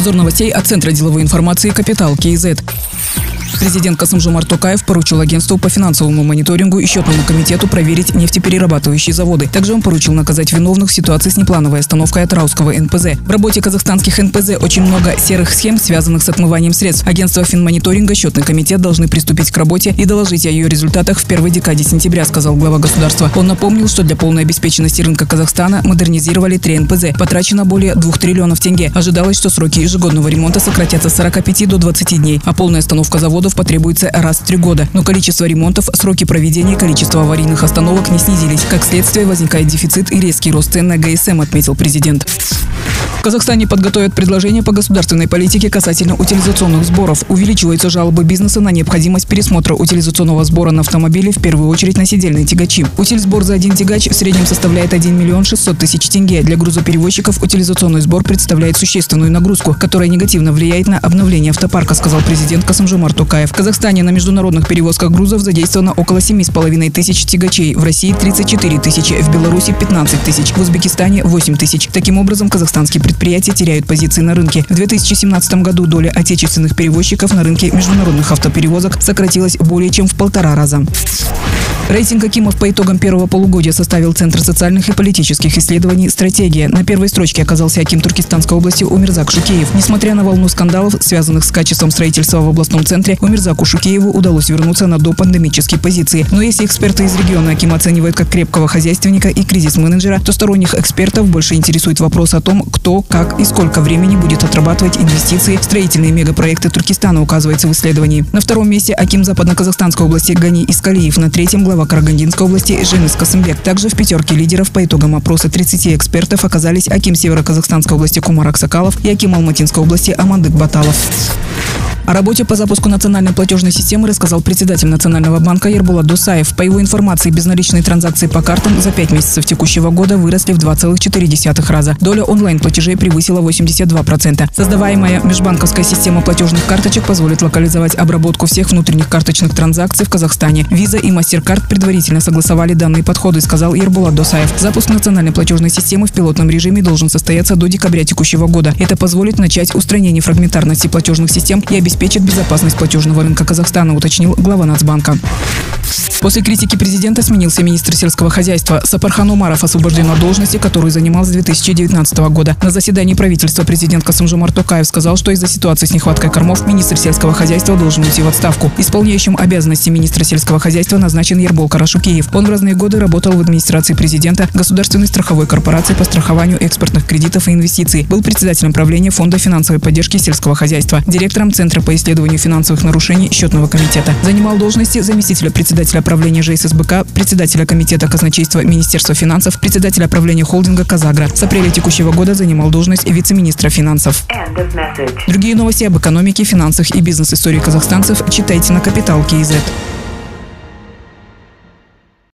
Обзор новостей от Центра деловой информации «Капитал КИЗ». Президент Касым-Жомарт Токаев поручил агентству по финансовому мониторингу и счетному комитету проверить нефтеперерабатывающие заводы. Также он поручил наказать виновных в ситуации с неплановой остановкой Атырауского НПЗ. В работе казахстанских НПЗ очень много серых схем, связанных с отмыванием средств. Агентство финмониторинга, счетный комитет должны приступить к работе и доложить о ее результатах в первой декаде сентября, сказал глава государства. Он напомнил, что для полной обеспеченности рынка Казахстана модернизировали 3 НПЗ. Потрачено более 2 триллионов тенге. Ожидалось, что сроки ежегодного ремонта сократятся с 45 до 20 дней, а полная остановка заводов потребуется раз в 3 года. Но количество ремонтов, сроки проведения и количество аварийных остановок не снизились. Как следствие, возникает дефицит и резкий рост цен на ГСМ, отметил президент. В Казахстане подготовят предложение по государственной политике касательно утилизационных сборов. Увеличиваются жалобы бизнеса на необходимость пересмотра утилизационного сбора на автомобили, в первую очередь на сидельные тягачи. Утильсбор за один тягач в среднем составляет 1 600 000 тенге. Для грузоперевозчиков утилизационный сбор представляет существенную нагрузку, которая негативно влияет на обновление автопарка, сказал президент Касым-Жомарт Токаев. В Казахстане на международных перевозках грузов задействовано около 7,5 тысяч тягачей. В России 34 тысячи, в Беларуси 15 тысяч, в Узбекистане 8 тысяч. Таким образом, казахстанские предприятия теряют позиции на рынке. В 2017 году доля отечественных перевозчиков на рынке международных автоперевозок сократилась более чем в 1,5 раза. Рейтинг акимов по итогам первого полугодия составил Центр социальных и политических исследований «Стратегия». На первой строчке оказался аким Туркестанской области Умирзак Шукеев. Несмотря на волну скандалов, связанных с качеством строительства в областном центре, Умирзаку Шукееву удалось вернуться на допандемические позиции. Но если эксперты из региона акима оценивают как крепкого хозяйственника и кризис-менеджера, то сторонних экспертов больше интересует вопрос о том, кто, как и сколько времени будет отрабатывать инвестиции в строительные мегапроекты Туркестана, указывается в исследовании. На втором месте аким Западно-Казахстанской области Гани Искалиев, на третьем глава Карагандинской области Женис Касымбек. Также в пятерке лидеров по итогам опроса 30 экспертов оказались аким Северо-Казахстанской области Кумар Аксакалов и аким Алматинской области Амандык Баталов. О работе по запуску национальной платежной системы рассказал председатель Национального банка Ерболат Досаев. По его информации, безналичные транзакции по картам за 5 месяцев текущего года выросли в 2,4 раза. Доля онлайн-платежей превысила 82%. Создаваемая межбанковская система платежных карточек позволит локализовать обработку всех внутренних карточных транзакций в Казахстане. Виза и MasterCard предварительно согласовали данные подходы, сказал Ерболат Досаев. Запуск национальной платежной системы в пилотном режиме должен состояться до декабря текущего года. Это позволит начать устранение фрагментарности платежных систем и обеспечить безопасность платежного рынка Казахстана, уточнил глава Нацбанка. После критики президента сменился министр сельского хозяйства. Сапархан Умаров освобожден от должности, которую занимал с 2019 года. На заседании правительства президент Касым-Жомарт Токаев сказал, что из-за ситуации с нехваткой кормов министр сельского хозяйства должен уйти в отставку. Исполняющим обязанности министра сельского хозяйства назначен Ербол Карашукеев. Он в разные годы работал в администрации президента, Государственной страховой корпорации по страхованию экспортных кредитов и инвестиций. Был председателем правления Фонда финансовой поддержки сельского хозяйства, директором Центра по исследованию финансовых нарушений счетного комитета. Занимал должности заместителя председателя правления ЖССБК, председателя комитета казначейства Министерства финансов, председателя правления холдинга «Казагро». С апреля текущего года занимал должность вице-министра финансов. Другие новости об экономике, финансах и бизнес-истории казахстанцев читайте на Капитал КИЗ.